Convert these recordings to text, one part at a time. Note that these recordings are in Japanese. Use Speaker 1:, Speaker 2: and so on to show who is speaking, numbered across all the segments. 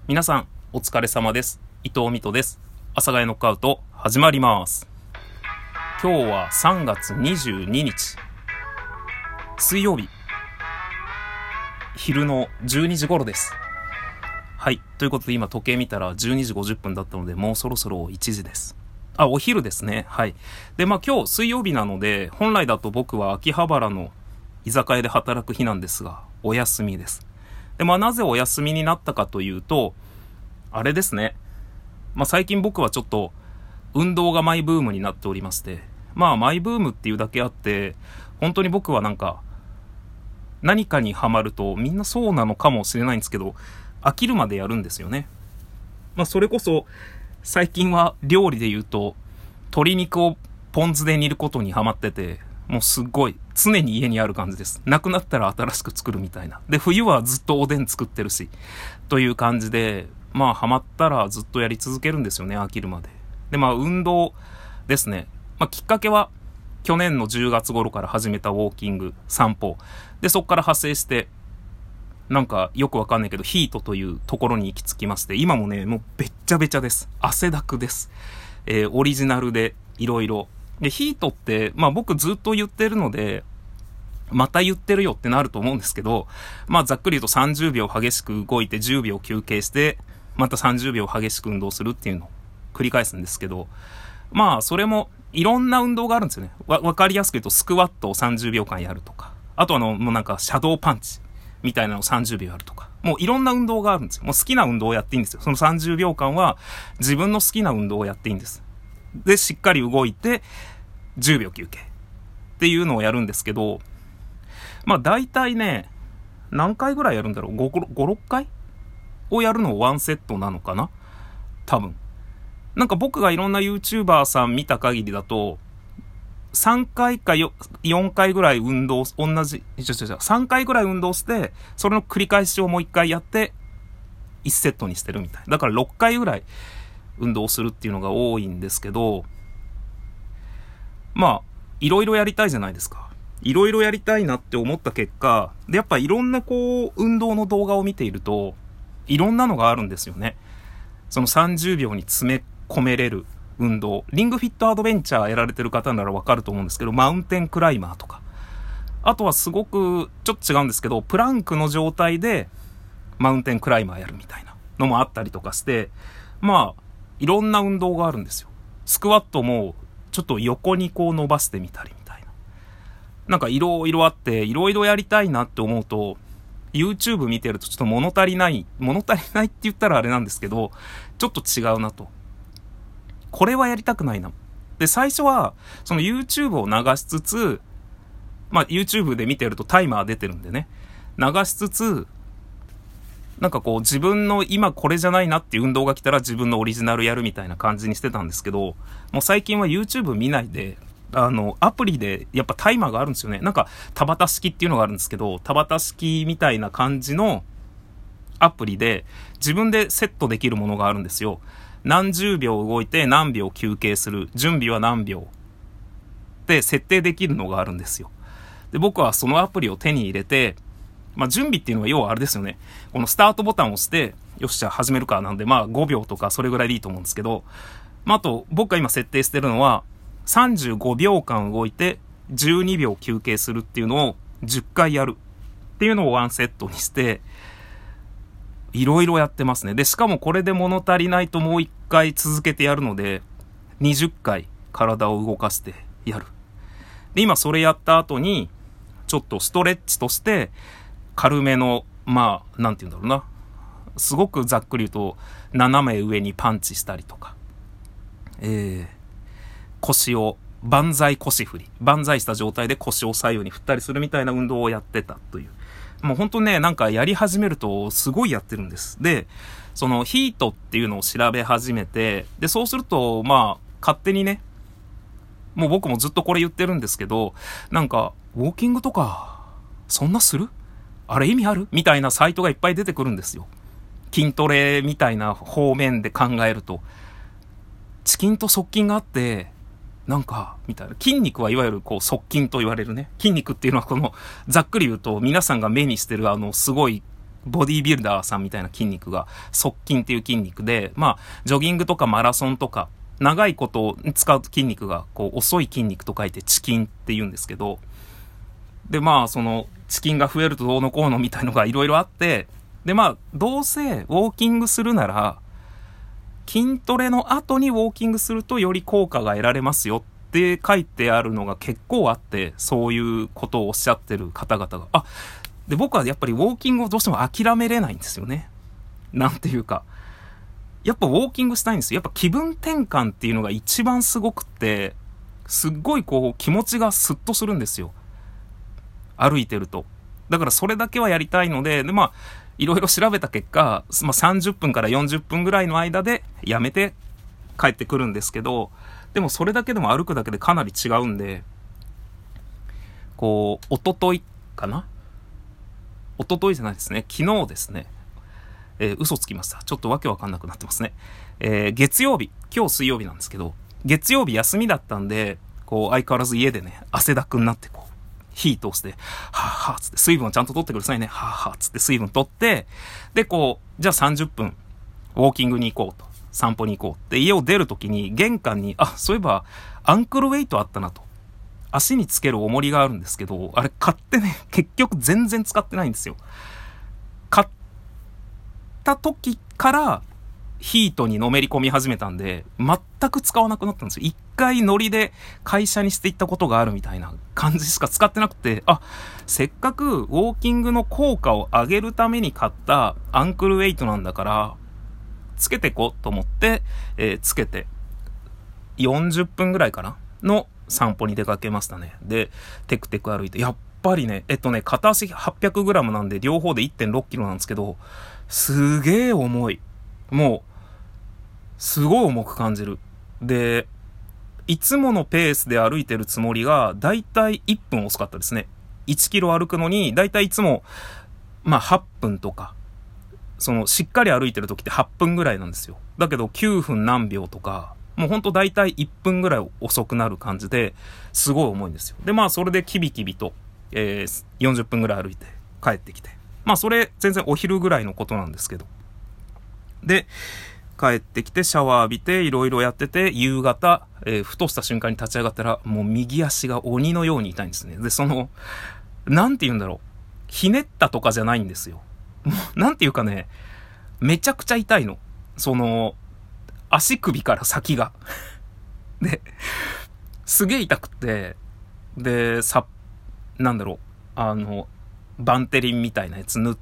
Speaker 1: 皆さんお疲れ様です。伊藤美斗です。阿佐ヶ谷ノックアウト始まります。今日は3月22日水曜日昼の12時頃です。はい、ということで今時計見たら12時50分だったので、もうそろそろ1時です。お昼ですね。はい。で今日水曜日なので、本来だと僕は秋葉原の居酒屋で働く日なんですが、お休みです。でなぜお休みになったかというと、あれですね。最近僕はちょっと運動がマイブームになっておりまして、マイブームっていうだけあって、本当に僕は何かにハマるとみんなそうなのかもしれないんですけど、飽きるまでやるんですよね。それこそ最近は料理で言うと鶏肉をポン酢で煮ることにハマってて、もうすっごい常に家にある感じです。なくなったら新しく作るみたいな。で冬はずっとおでん作ってるしという感じで、ハマったらずっとやり続けるんですよね、飽きるまで。で運動ですね。きっかけは去年の10月頃から始めたウォーキング、散歩で、そこから派生してよくわかんないけどヒートというところに行き着きまして、今もねもうべっちゃべちゃです。汗だくです。オリジナルでいろいろで、ヒートって僕ずっと言ってるのでまた言ってるよってなると思うんですけど、ざっくり言うと30秒激しく動いて10秒休憩してまた30秒激しく運動するっていうのを繰り返すんですけど、それもいろんな運動があるんですよね。わかりやすく言うとスクワットを30秒間やるとか、あとシャドーパンチみたいなのを30秒やるとか、もういろんな運動があるんですよ。もう好きな運動をやっていいんですよ。その30秒間は自分の好きな運動をやっていいんです。でしっかり動いて10秒休憩っていうのをやるんですけど、大体ね何回ぐらいやるんだろう。5、6回をやるのをワンセットなのかな、多分。僕がいろんな YouTuber さん見た限りだと3回か4回ぐらい運動、3回ぐらい運動して、それの繰り返しをもう1回やって1セットにしてるみたい。だから6回ぐらい運動するっていうのが多いんですけど、いろいろやりたいじゃないですか。いろいろやりたいなって思った結果で、やっぱいろんな運動の動画を見ているといろんなのがあるんですよね。その30秒に詰め込めれる運動、リングフィットアドベンチャーやられてる方ならわかると思うんですけど、マウンテンクライマーとか、あとはすごくちょっと違うんですけど、プランクの状態でマウンテンクライマーやるみたいなのもあったりとかして、いろんな運動があるんですよ。スクワットもちょっと横に伸ばしてみたりみたいな、いろいろあって、いろいろやりたいなって思うと YouTube 見てるとちょっと物足りないって言ったらあれなんですけど、ちょっと違うなと。これはやりたくないな。で、最初はその YouTube を流しつつ、YouTube で見てるとタイマー出てるんでね、流しつつ自分の今これじゃないなっていう運動が来たら自分のオリジナルやるみたいな感じにしてたんですけど、もう最近は YouTube 見ないでアプリでやっぱタイマーがあるんですよね。田畑式っていうのがあるんですけど、田畑式みたいな感じのアプリで自分でセットできるものがあるんですよ。何十秒動いて何秒休憩する、準備は何秒で設定できるのがあるんですよ。で僕はそのアプリを手に入れて、準備っていうのは要はあれですよね。このスタートボタンを押して、よしじゃあ始めるかなんで、5秒とかそれぐらいでいいと思うんですけど、あと僕が今設定してるのは35秒間動いて12秒休憩するっていうのを10回やるっていうのをワンセットにしていろいろやってますね。でしかもこれで物足りないともう1回続けてやるので20回体を動かしてやる。で今それやった後にちょっとストレッチとして軽めのなんて言うんだろうな、すごくざっくり言うと斜め上にパンチしたりとか、腰を万歳腰振り、万歳した状態で腰を左右に振ったりするみたいな運動をやってたという。もう本当ね、やり始めるとすごいやってるんです。でそのヒートっていうのを調べ始めて、でそうすると勝手にね、もう僕もずっとこれ言ってるんですけど、ウォーキングとかそんなする？あれ意味ある？みたいなサイトがいっぱい出てくるんですよ。筋トレみたいな方面で考えると、チキンと側筋があってみたいな。筋肉はいわゆる側筋と言われるね。筋肉っていうのはざっくり言うと皆さんが目にしてるすごいボディービルダーさんみたいな筋肉が側筋っていう筋肉で、ジョギングとかマラソンとか長いことを使う筋肉が遅い筋肉と書いて遅筋って言うんですけど、でその遅筋が増えるとどうのこうのみたいのがいろいろあって、でどうせウォーキングするなら筋トレの後にウォーキングするとより効果が得られますよって書いてあるのが結構あって、そういうことをおっしゃってる方々がで僕はやっぱりウォーキングをどうしても諦めれないんですよね。なんていうかやっぱウォーキングしたいんですよ。やっぱ気分転換っていうのが一番すごくって、すっごい気持ちがスッとするんですよ、歩いてると。だからそれだけはやりたいので、いろいろ調べた結果、30分から40分ぐらいの間でやめて帰ってくるんですけど、でもそれだけでも歩くだけでかなり違うんで、一昨日かな、一昨日じゃないですね、昨日ですね、嘘つきました。ちょっとわけわかんなくなってますね。月曜日、今日水曜日なんですけど、月曜日休みだったんで、相変わらず家でね、汗だくになって火通して、はぁはぁつって水分をちゃんと取ってくださいね。はぁはぁつって水分取って、でじゃあ30分、ウォーキングに行こうと。散歩に行こうって家を出るときに玄関に、そういえばアンクルウェイトあったなと。足につける重りがあるんですけど、あれ買ってね、結局全然使ってないんですよ。買った時からヒートにのめり込み始めたんで、全く使わなくなったんですよ。一回ノリで会社にしていったことがあるみたいな感じしか使ってなくて、せっかくウォーキングの効果を上げるために買ったアンクルウェイトなんだから、つけてこうと思って、つけて、40分ぐらいかなの散歩に出かけましたね。で、テクテク歩いて、やっぱりね、片足 800g なんで両方で 1.6kg なんですけど、すげえ重い。もう、すごい重く感じる。で、いつものペースで歩いてるつもりが、だいたい1分遅かったですね。1キロ歩くのに、だいたいいつも、8分とか、しっかり歩いてる時って8分ぐらいなんですよ。だけど9分何秒とか、もうほんとだいたい1分ぐらい遅くなる感じで、すごい重いんですよ。で、それでキビキビと、40分ぐらい歩いて帰ってきて。それ全然お昼ぐらいのことなんですけど。で、帰ってきてシャワー浴びていろいろやってて、夕方、ふとした瞬間に立ち上がったら、もう右足が鬼のように痛いんですね。で、なんて言うんだろう。ひねったとかじゃないんですよ。なんていうかね、めちゃくちゃ痛いの。足首から先が。で、すげえ痛くて、で、なんだろう、バンテリンみたいなやつ塗って、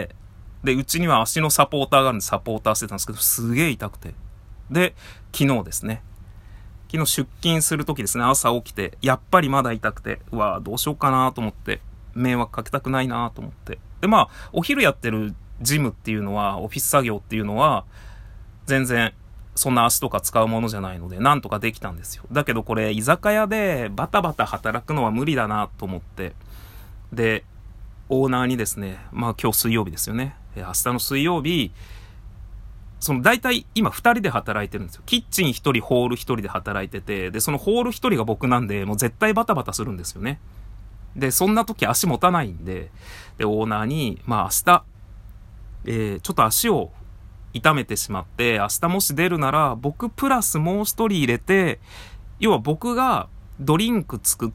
Speaker 1: で、うちには足のサポーターがあるんでサポーターしてたんですけど、すげえ痛くて。で、昨日ですね。昨日出勤するときですね、朝起きて、やっぱりまだ痛くて、どうしようかなと思って、迷惑かけたくないなと思って。で、お昼やってるジムっていうのは、オフィス作業っていうのは、全然、そんな足とか使うものじゃないので、なんとかできたんですよ。だけどこれ、居酒屋でバタバタ働くのは無理だなと思って、で、オーナーにですね、今日水曜日ですよね。明日の水曜日、大体今2人で働いてるんですよ。キッチン1人、ホール1人で働いてて、で、そのホール1人が僕なんで、もう絶対バタバタするんですよね。で、そんな時足持たないんで、で、オーナーに、明日、ちょっと足を痛めてしまって、明日もし出るなら、僕プラスもう1人入れて、要は僕がドリンク作って、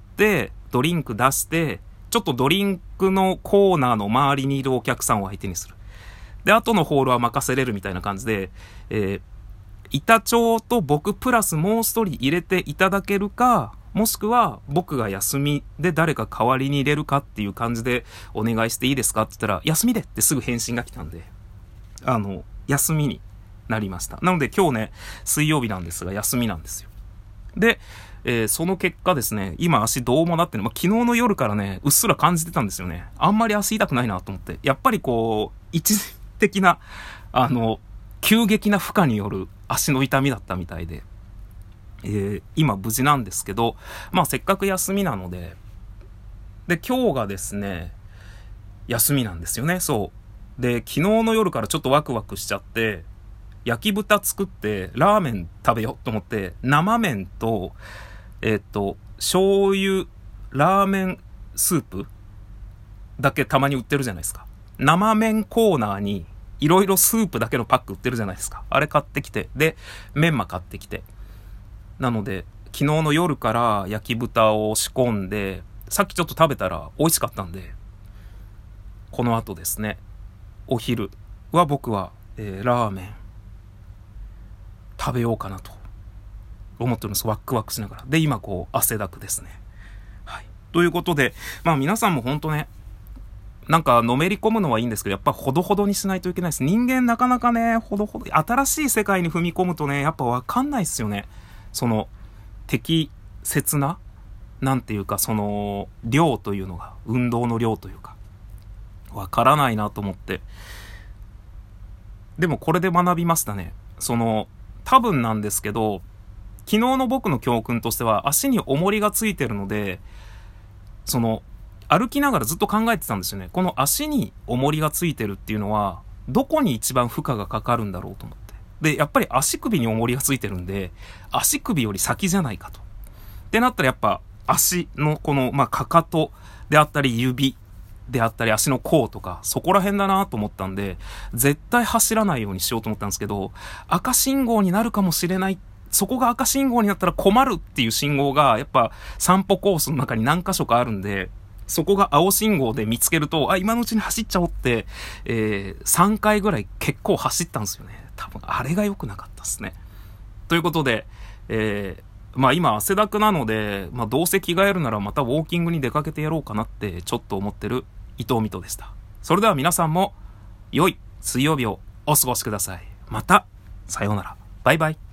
Speaker 1: ドリンク出して、ちょっとドリンクのコーナーの周りにいるお客さんを相手にする。で、後のホールは任せれるみたいな感じで、板長と僕プラスもう1人入れていただけるか、もしくは僕が休みで誰か代わりに入れるかっていう感じでお願いしていいですかって言ったら、休みでってすぐ返信が来たんで、休みになりました。なので今日ね、水曜日なんですが休みなんですよ。で、その結果ですね、今足どうもなってる、昨日の夜からね、うっすら感じてたんですよね。あんまり足痛くないなと思って。やっぱり一時的な、急激な負荷による足の痛みだったみたいで、今無事なんですけど、せっかく休みなので、で、今日がですね、休みなんですよね、そう。で、昨日の夜からちょっとワクワクしちゃって、焼き豚作ってラーメン食べようと思って、生麺と、醤油、ラーメンスープだけたまに売ってるじゃないですか。 生麺コーナーにいろいろスープだけのパック売ってるじゃないですか。あれ買ってきて、で、メンマ買ってきて。なので、昨日の夜から焼き豚を仕込んで、さっきちょっと食べたら美味しかったんで、この後ですね、お昼は僕は、ラーメン食べようかなと思ってるんです。ワクワクしながら。で、今汗だくですね。はい。ということで、皆さんも本当ね、なんかのめり込むのはいいんですけど、やっぱほどほどにしないといけないです。人間なかなかね、ほどほど、新しい世界に踏み込むとね、やっぱわかんないっすよね。その、適切な、なんていうか、その、量というのが、運動の量というか、わからないなと思って。でもこれで学びましたね。多分なんですけど、昨日の僕の教訓としては、足に重りがついてるので、歩きながらずっと考えてたんですよね。この足に重りがついてるっていうのは、どこに一番負荷がかかるんだろうと思って。で、やっぱり足首に重りがついてるんで、足首より先じゃないかと。ってなったらやっぱ、足のこの、かかとであったり指であったり足の甲とか、そこら辺だなと思ったんで、絶対走らないようにしようと思ったんですけど、赤信号になるかもしれない。そこが赤信号になったら困るっていう信号が、やっぱ散歩コースの中に何箇所かあるんで、そこが青信号で見つけると、今のうちに走っちゃおうって、3回ぐらい結構走ったんですよね。多分、あれが良くなかったですね。ということで、今汗だくなので、どうせ着替えるならまたウォーキングに出かけてやろうかなってちょっと思ってる伊藤美斗でした。それでは皆さんも良い水曜日をお過ごしください。また、さようなら。バイバイ。